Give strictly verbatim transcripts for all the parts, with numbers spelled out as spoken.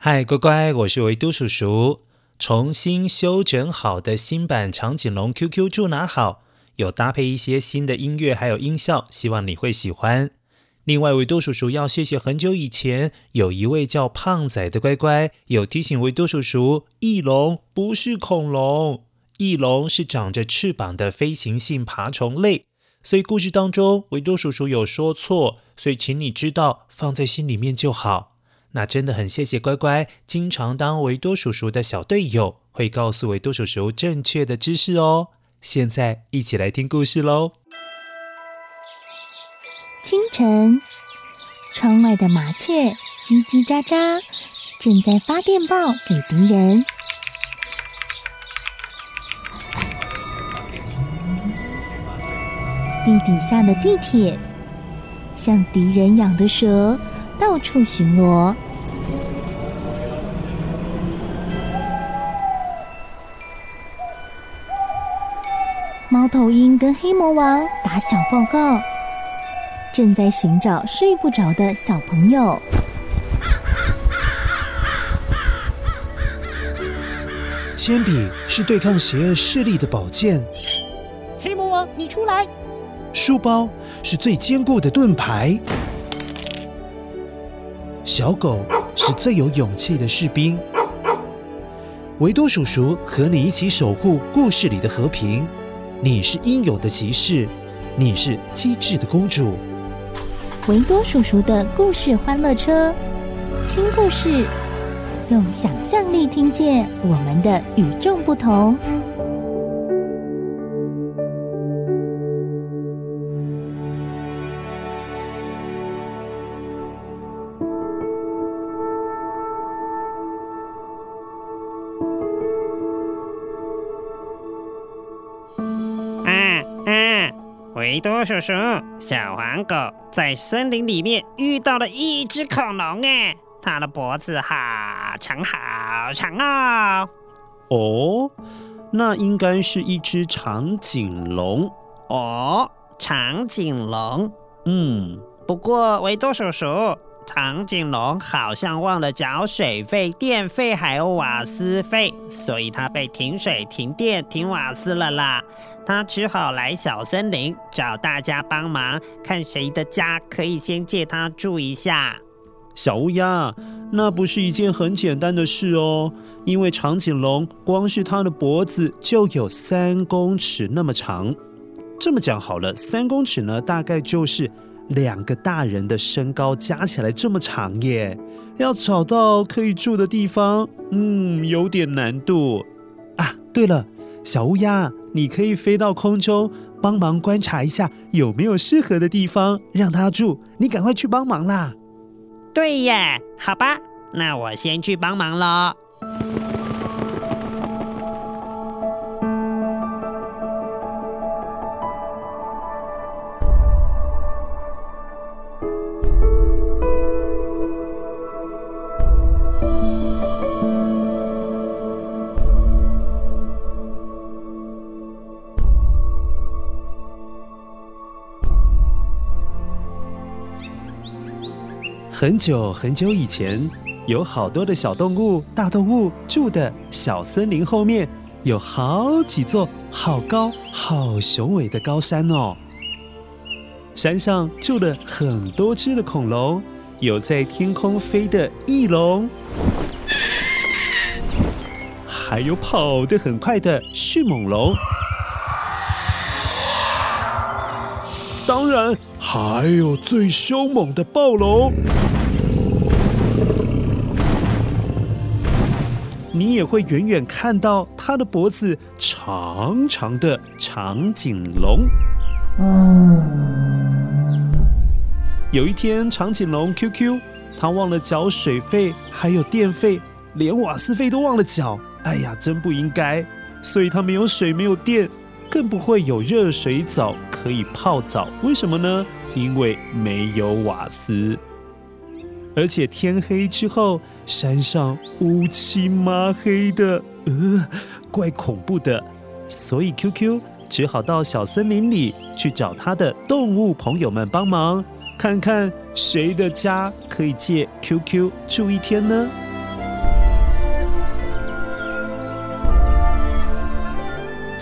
嗨，乖乖，我是维都叔叔。重新修整好的新版长颈龙 Q Q 住哪好，有搭配一些新的音乐还有音效，希望你会喜欢。另外，维多叔叔要谢谢很久以前有一位叫胖仔的乖乖，有提醒维多叔叔，翼龙不是恐龙，翼龙是长着翅膀的飞行性爬虫类，所以故事当中维多叔叔有说错，所以请你知道，放在心里面就好。那真的很谢谢乖乖，经常当维多叔叔的小队友，会告诉维多叔叔正确的知识哦。现在一起来听故事咯。 清晨，窗外的麻雀叽叽喳喳，正在发电报给敌人。地底下的地铁，像敌人养的蛇，到处巡逻。猫头鹰跟黑魔王打小报告，正在寻找睡不着的小朋友。 铅笔是对抗邪恶势力的宝剑， 黑魔王，你出来！ 书包是最坚固的盾牌，小狗是最有勇气的士兵。维多叔叔和你一起守护故事里的和平。你是英勇的骑士，你是机智的公主。 维多叔叔的故事欢乐车，听故事，用想象力听见我们的与众不同。 维多叔叔，小黄狗在森林里面遇到了一只恐龙耶，它的脖子好长好长哦。 哦，那应该是一只长颈龙。 哦，长颈龙。 嗯， 不过维多叔叔，长颈龙好像忘了缴水费、电费还有瓦斯费，所以它被停水、停电、停瓦斯了啦。它只好来小森林找大家帮忙，看谁的家可以先借它住一下。 小乌鸦，那不是一件很简单的事哦，因为长颈龙光是它的脖子就有三公尺那么长。这么讲好了，三公尺呢，大概就是两个大人的身高加起来这么长耶。要找到可以住的地方，嗯，有点难度啊。对了，小乌鸦，你可以飞到空中，帮忙观察一下有没有适合的地方让它住。你赶快去帮忙啦！ 对耶，好吧，那我先去帮忙咯。 很久很久以前，有好多的小动物、大动物住的小森林后面，有好几座好高、好雄伟的高山哦。山上住了很多只的恐龙，有在天空飞的翼龙，还有跑得很快的迅猛龙，当然还有最凶猛的暴龙。你也会远远看到它的脖子长长的长颈龙。有一天，长颈龙 Q Q， 它忘了缴水费，还有电费，连瓦斯费都忘了缴。哎呀，真不应该！所以它没有水，没有电，更不会有热水澡可以泡澡。为什么呢？因为没有瓦斯。而且天黑之后，山上乌漆麻黑的，呃，怪恐怖的。所以 Q Q 只好到小森林里去找他的动物朋友们帮忙，看看谁的家可以借 Q Q 住一天呢？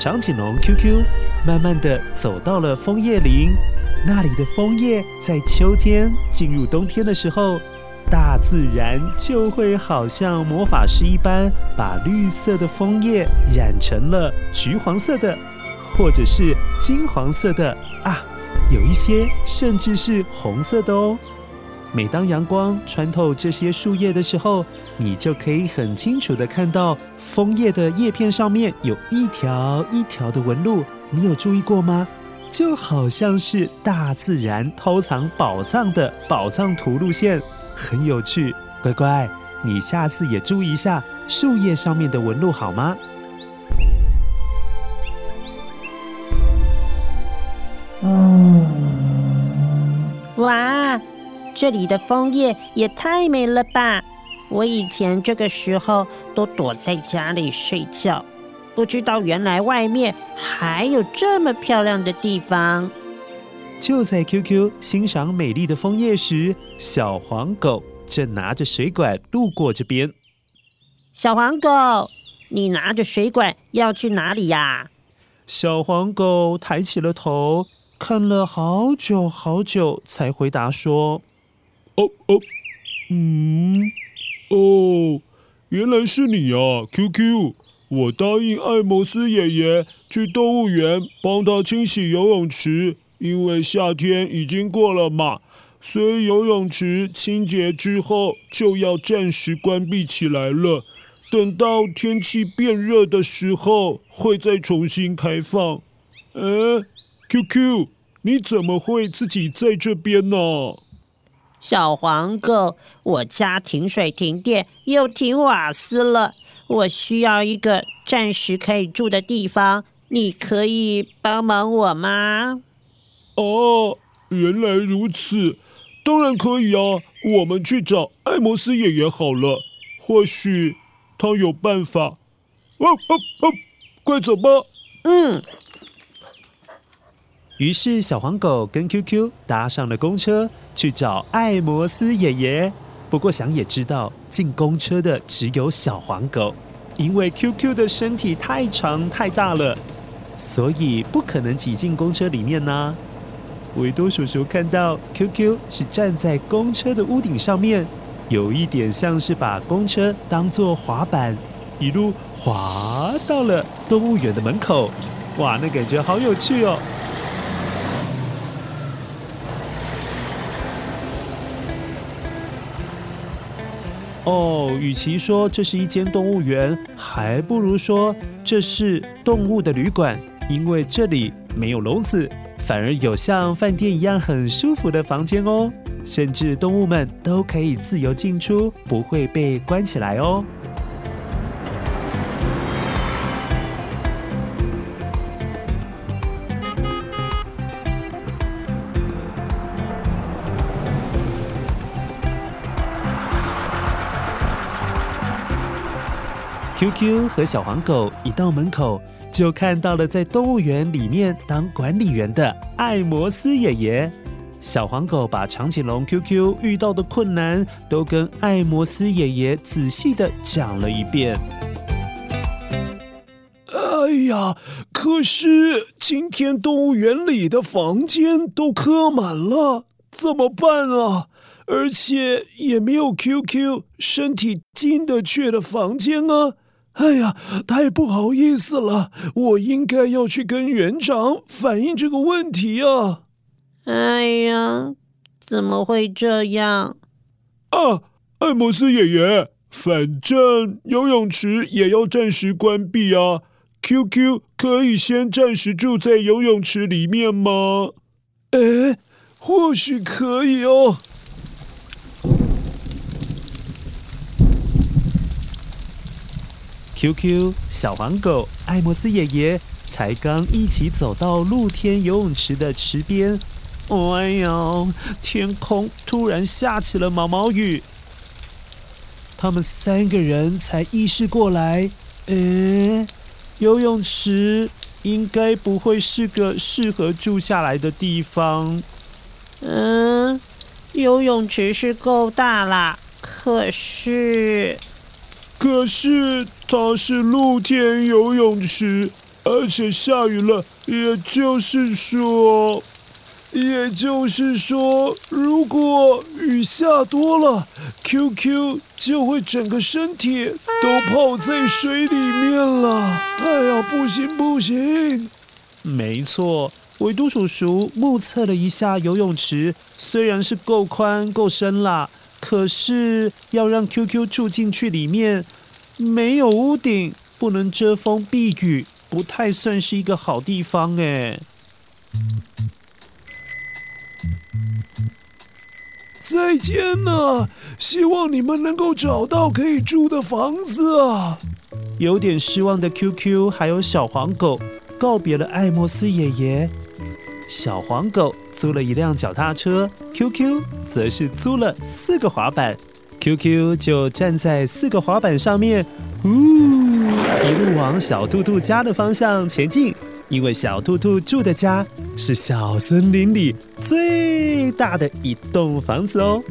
长颈龙 Q Q 慢慢地走到了枫叶林，那里的枫叶在秋天进入冬天的时候，大自然就会好像魔法师一般，把绿色的枫叶染成了橘黄色的，或者是金黄色的啊，有一些甚至是红色的哦。每当阳光穿透这些树叶的时候，你就可以很清楚地看到枫叶的叶片上面有一条一条的纹路，你有注意过吗？就好像是大自然偷藏宝藏的宝藏图路线，很有趣。乖乖，你下次也注意一下树叶上面的纹路好吗？ 哇，这里的枫叶也太美了吧！我以前这个时候都躲在家里睡觉，不知道原来外面还有这么漂亮的地方。 就在 Q Q 欣赏美丽的枫叶时，小黄狗正拿着水管路过这边。 小黄狗，你拿着水管要去哪里呀？ 小黄狗抬起了头，看了好久好久，才回答说：“ 哦哦，嗯，哦，原来是你啊 ，Q Q。我答应艾摩斯爷爷去动物园帮他清洗游泳池，因为夏天已经过了嘛，所以游泳池清洁之后就要暂时关闭起来了。等到天气变热的时候，会再重新开放。哎 ，Q Q， 你怎么会自己在这边呢？ 小黄狗，我家停水停电又停瓦斯了，我需要一个暂时可以住的地方，你可以帮忙我吗？ 哦，原来如此，当然可以啊，我们去找艾摩斯爷爷好了，或许他有办法。哦哦哦，快走吧。 嗯。 于是小黄狗跟 Q Q 搭上了公车，去找艾摩斯爷爷。不过想也知道，进公车的只有小黄狗，因为 Q Q 的身体太长太大了，所以不可能挤进公车里面呢。维多叔叔看到 Q Q 是站在公车的屋顶上面，有一点像是把公车当作滑板，一路滑到了动物园的门口。哇，那感觉好有趣哦！哦，与其说这是一间动物园，还不如说这是动物的旅馆，因为这里没有笼子，反而有像饭店一样很舒服的房间哦，甚至动物们都可以自由进出，不会被关起来哦。Q Q 和小黄狗一到门口，就看到了在动物园里面当管理员的艾摩斯爷爷。小黄狗把长颈龙 Q Q 遇到的困难都跟艾摩斯爷爷仔细的讲了一遍。 哎呀，可是今天动物园里的房间都客满了，怎么办啊？而且也没有 Q Q 身体进得去的房间啊！哎呀，太不好意思了，我应该要去跟园长反映这个问题啊！ 哎呀，怎么会这样？ 啊，艾摩斯爷爷，反正游泳池也要暂时关闭啊。Q Q 可以先暂时住在游泳池里面吗？哎，或许可以哦。 Q Q、小黄狗、艾摩斯爷爷才刚一起走到露天游泳池的池边，哎呀，天空突然下起了毛毛雨。他们三个人才意识过来，诶，游泳池应该不会是个适合住下来的地方。 嗯，游泳池是够大啦，可是…… 可是它是露天游泳池， 而且下雨了，也就是说，也就是说，如果雨下多了 ，Q Q 就会整个身体都泡在水里面了。哎呀，不行不行！ 没错，维都叔叔目测了一下游泳池，虽然是够宽够深啦，可是要让 Q Q 住进去里面，没有屋顶，不能遮风避雨，不太算是一个好地方哎。 再见了，希望你们能够找到可以住的房子啊！ 有点失望的 Q Q 还有小黄狗告别了艾莫斯爷爷。小黄狗租了一辆脚踏车 ，Q Q 则是租了四个滑板 ，Q Q 就站在四个滑板上面，呜，一路往小兔兔家的方向前进。因为小兔兔住的家是小森林里最大的一栋房子哦。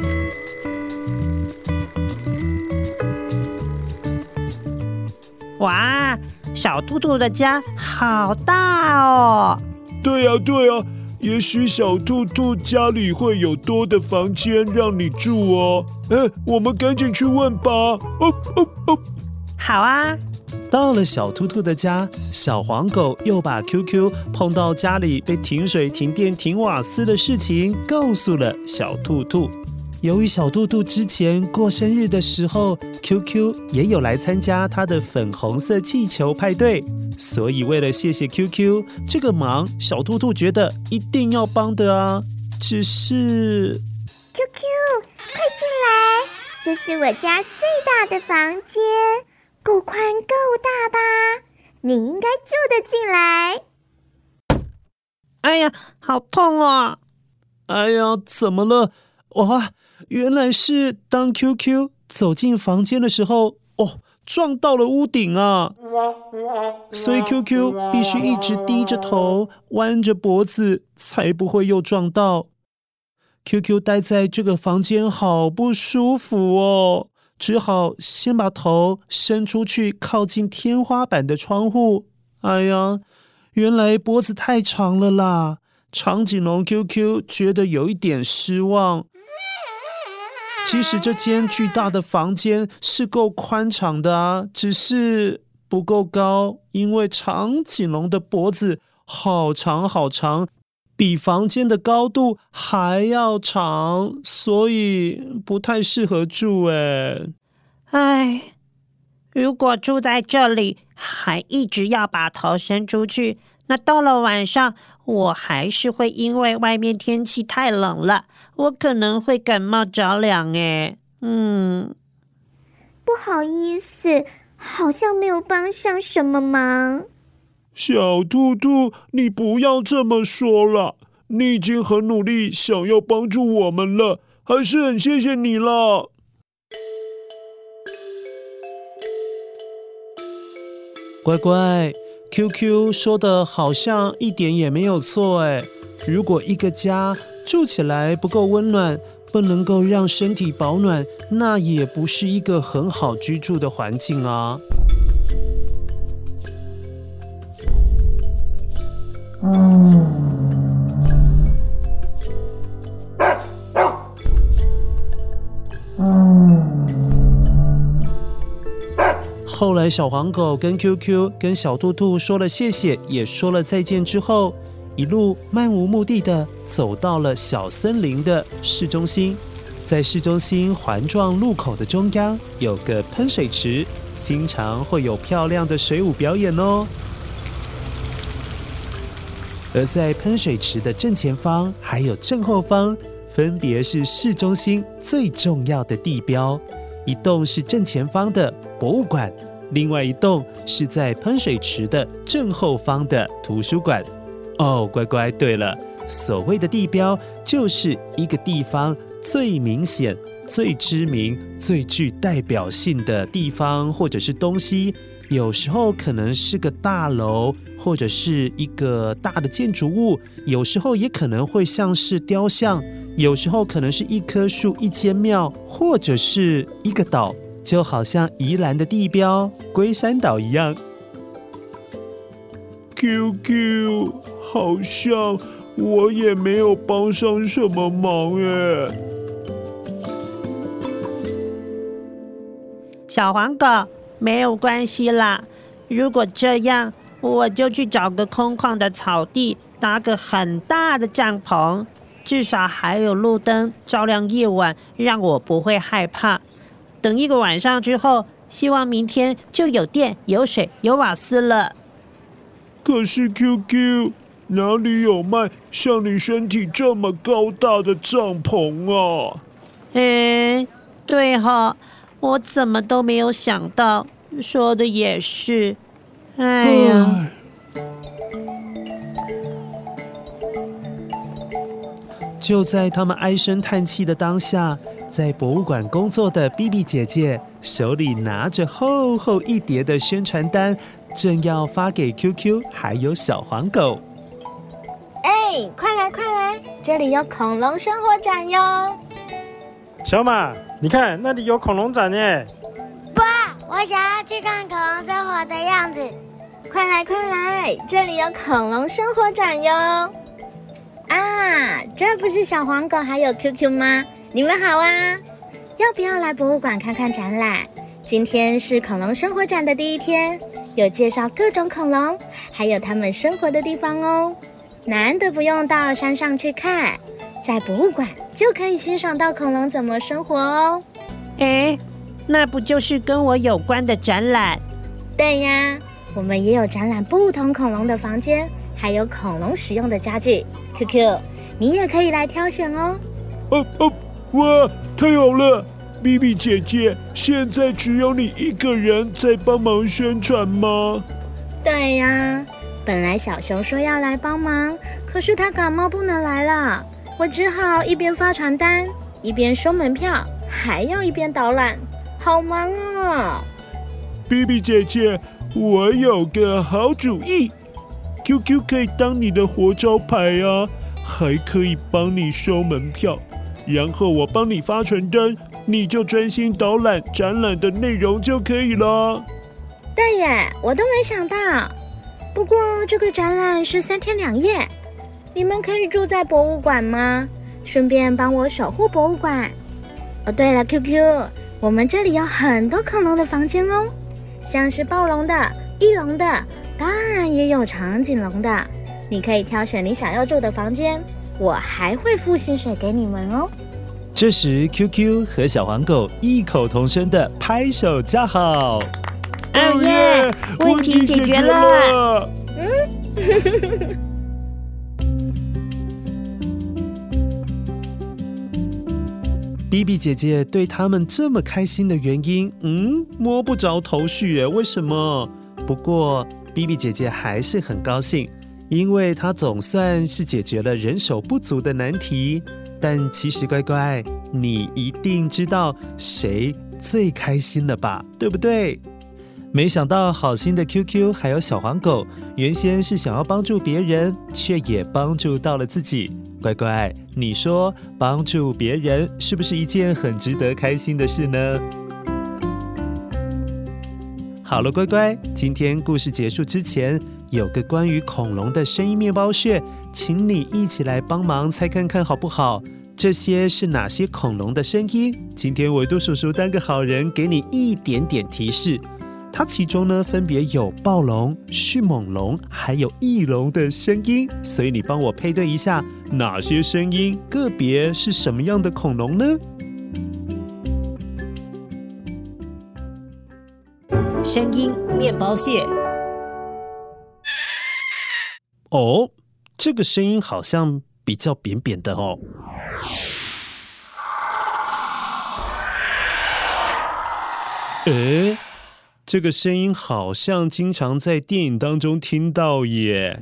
哇，小兔兔的家好大哦！ 对呀对呀，也许小兔兔家里会有多的房间让你住哦。哎，我们赶紧去问吧。哦哦哦， 好啊。 到了小兔兔的家，小黄狗又把 Q Q 碰到家里被停水、停电、停瓦斯的事情告诉了小兔兔。由于小兔兔之前过生日的时候 ，Q Q 也有来参加他的粉红色气球派对，所以为了谢谢 Q Q 这个忙，小兔兔觉得一定要帮的啊。只是 Q Q， 快进来，这是我家最大的房间。够宽够大吧？你应该住得进来。 哎呀，好痛哦！ 哎呀，怎么了？哇，原来是当 Q Q 走进房间的时候，哦，撞到了屋顶啊！所以 Q Q 必须一直低着头，弯着脖子，才不会又撞到。Q Q 待在这个房间好不舒服哦。只好先把头伸出去，靠近天花板的窗户。哎呀，原来脖子太长了啦！长颈龙 Q Q 觉得有一点失望。其实这间巨大的房间是够宽敞的啊，只是不够高，因为长颈龙的脖子好长好长，比房间的高度还要长，所以不太适合住哎。 唉，如果住在这里，还一直要把头伸出去，那到了晚上，我还是会因为外面天气太冷了，我可能会感冒着凉哎。嗯， 不好意思，好像没有帮上什么忙。 小兔兔，你不要这么说了，你已经很努力想要帮助我们了，还是很谢谢你了。 乖乖 ，Q Q 说的好像一点也没有错哎。如果一个家住起来不够温暖，不能够让身体保暖，那也不是一个很好居住的环境啊。后来小黄狗跟 Q Q 跟小兔兔说了谢谢，也说了再见之后，一路漫无目的的走到了小森林的市中心。在市中心环状路口的中央有个喷水池，经常会有漂亮的水舞表演哦。而在喷水池的正前方还有正后方，分别是市中心最重要的地标，一栋是正前方的博物馆，另外一栋是在喷水池的正后方的图书馆。哦，乖乖，对了，所谓的地标就是一个地方最明显、最知名、最具代表性的地方或者是东西，有时候可能是个大楼，或者是一个大的建筑物，有时候也可能会像是雕像，有时候可能是一棵树、一间庙，或者是一个岛，就好像宜兰的地标龟山岛一样。 Q Q， 好像我也没有帮上什么忙耶。 小黄狗，没有关系啦。如果这样，我就去找个空旷的草地，搭个很大的帐篷，至少还有路灯照亮夜晚，让我不会害怕。等一个晚上之后，希望明天就有电、有水、有瓦斯了。 可是 Q Q， 哪里有卖像你身体这么高大的帐篷啊？ 嗯，对哈，我怎么都没有想到，说的也是。哎呀， 就在他们唉声叹气的当下，在博物馆工作的 B B 姐姐手里拿着厚厚一叠的宣传单，正要发给 Q Q 还有小黄狗。 哎，快来快来，这里有恐龙生活展哟！ 小马，你看那里有恐龙展耶！ 爸，我想要去看恐龙生活的样子。 快来快来，这里有恐龙生活展哟！啊，这不是小黄狗还有 Q Q 吗？你们好啊！要不要来博物馆看看展览？今天是恐龙生活展的第一天，有介绍各种恐龙，还有它们生活的地方哦。难得不用到山上去看，在博物馆就可以欣赏到恐龙怎么生活哦。 哎，那不就是跟我有关的展览？ 对呀，我们也有展览不同恐龙的房间，还有恐龙使用的家具。Q Q， 你也可以来挑选哦。 哦哦，哇，太好了 ！B B 姐姐，现在只有你一个人在帮忙宣传吗？ 对呀，本来小熊说要来帮忙，可是他感冒不能来了，我只好一边发传单，一边收门票，还要一边导览，好忙哦。 B B 姐姐，我有个好主意 ，Q Q 可以当你的活招牌啊，还可以帮你收门票，然后我帮你发传单，你就专心导览展览的内容就可以了。 对耶，我都没想到。不过这个展览是三天两夜，你们可以住在博物馆吗？顺便帮我守护博物馆。哦，对了 ，Q Q， 我们这里有很多恐龙的房间哦，像是暴龙的、翼龙的，当然也有长颈龙的。你可以挑选你想要住的房间，我还会付薪水给你们哦。 这时 Q Q 和小黄狗异口同声的拍手叫好。 哦耶！问题解决了。 嗯。 B B 姐姐对他们这么开心的原因，嗯，摸不着头绪耶，为什么？不过 B B 姐姐还是很高兴，因为她总算是解决了人手不足的难题。但其实乖乖，你一定知道谁最开心了吧？对不对？没想到好心的 Q Q 还有小黄狗，原先是想要帮助别人，却也帮助到了自己。乖乖，你说帮助别人是不是一件很值得开心的事呢？好了，乖乖，今天故事结束之前，有个关于恐龙的声音面包屑，请你一起来帮忙猜看看好不好？这些是哪些恐龙的声音？今天维多叔叔当个好人，给你一点点提示。它其中呢，分别有暴龙、迅猛龙还有翼龙的声音，所以你帮我配对一下，哪些声音个别是什么样的恐龙呢？ 声音面包屑。 哦，这个声音好像比较扁扁的哦。诶，这个声音好像经常在电影当中听到耶。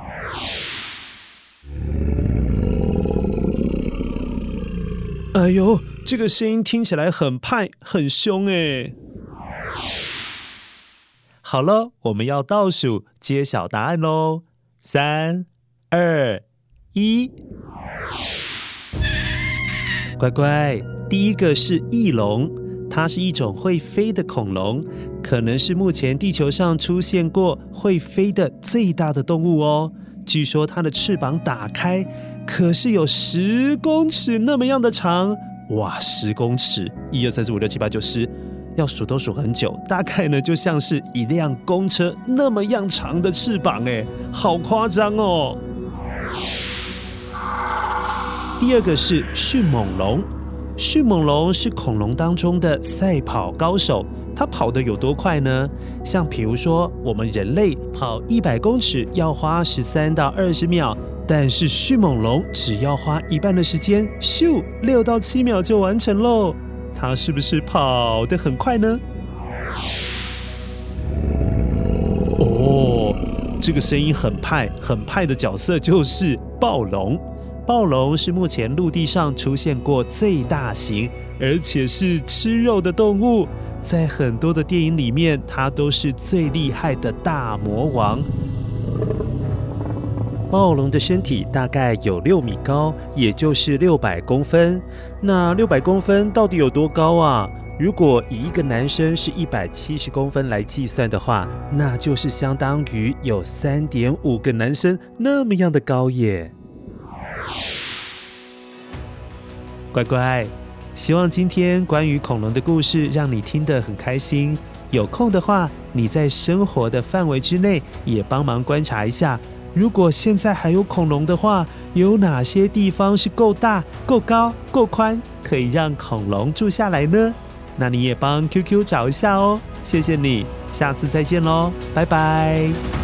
哎呦，这个声音听起来很派、很凶哎。好了，我们要倒数揭晓答案喽！三、二、一。乖乖，第一个是翼龙， 它是一种会飞的恐龙，可能是目前地球上出现过会飞的最大的动物哦。据说它的翅膀打开，可是有十公尺那么样的长。哇，十公尺，一二三四五六七八九十，要数都数很久，大概呢就像是一辆公车那么样长的翅膀，哎，好夸张哦。第二个是迅猛龙，迅猛龙是恐龙当中的赛跑高手，它跑得有多快呢？像比如说我们人类跑一百公尺要花十三到二十秒，但是迅猛龙只要花一半的时间，咻，六到七秒就完成喽。它是不是跑得很快呢？哦，这个声音很派很派的角色就是暴龙。暴龙是目前陆地上出现过最大型，而且是吃肉的动物。在很多的电影里面，它都是最厉害的大魔王。暴龙的身体大概有六米高，也就是六百公分。那六百公分到底有多高啊？如果以一个男生是一百七十公分来计算的话，那就是相当于有 三点五 个男生那么样的高耶。乖乖，希望今天关于恐龙的故事让你听得很开心。有空的话，你在生活的范围之内也帮忙观察一下，如果现在还有恐龙的话，有哪些地方是够大、够高、够宽，可以让恐龙住下来呢？那你也帮 Q Q 找一下哦。谢谢你，下次再见咯，拜拜。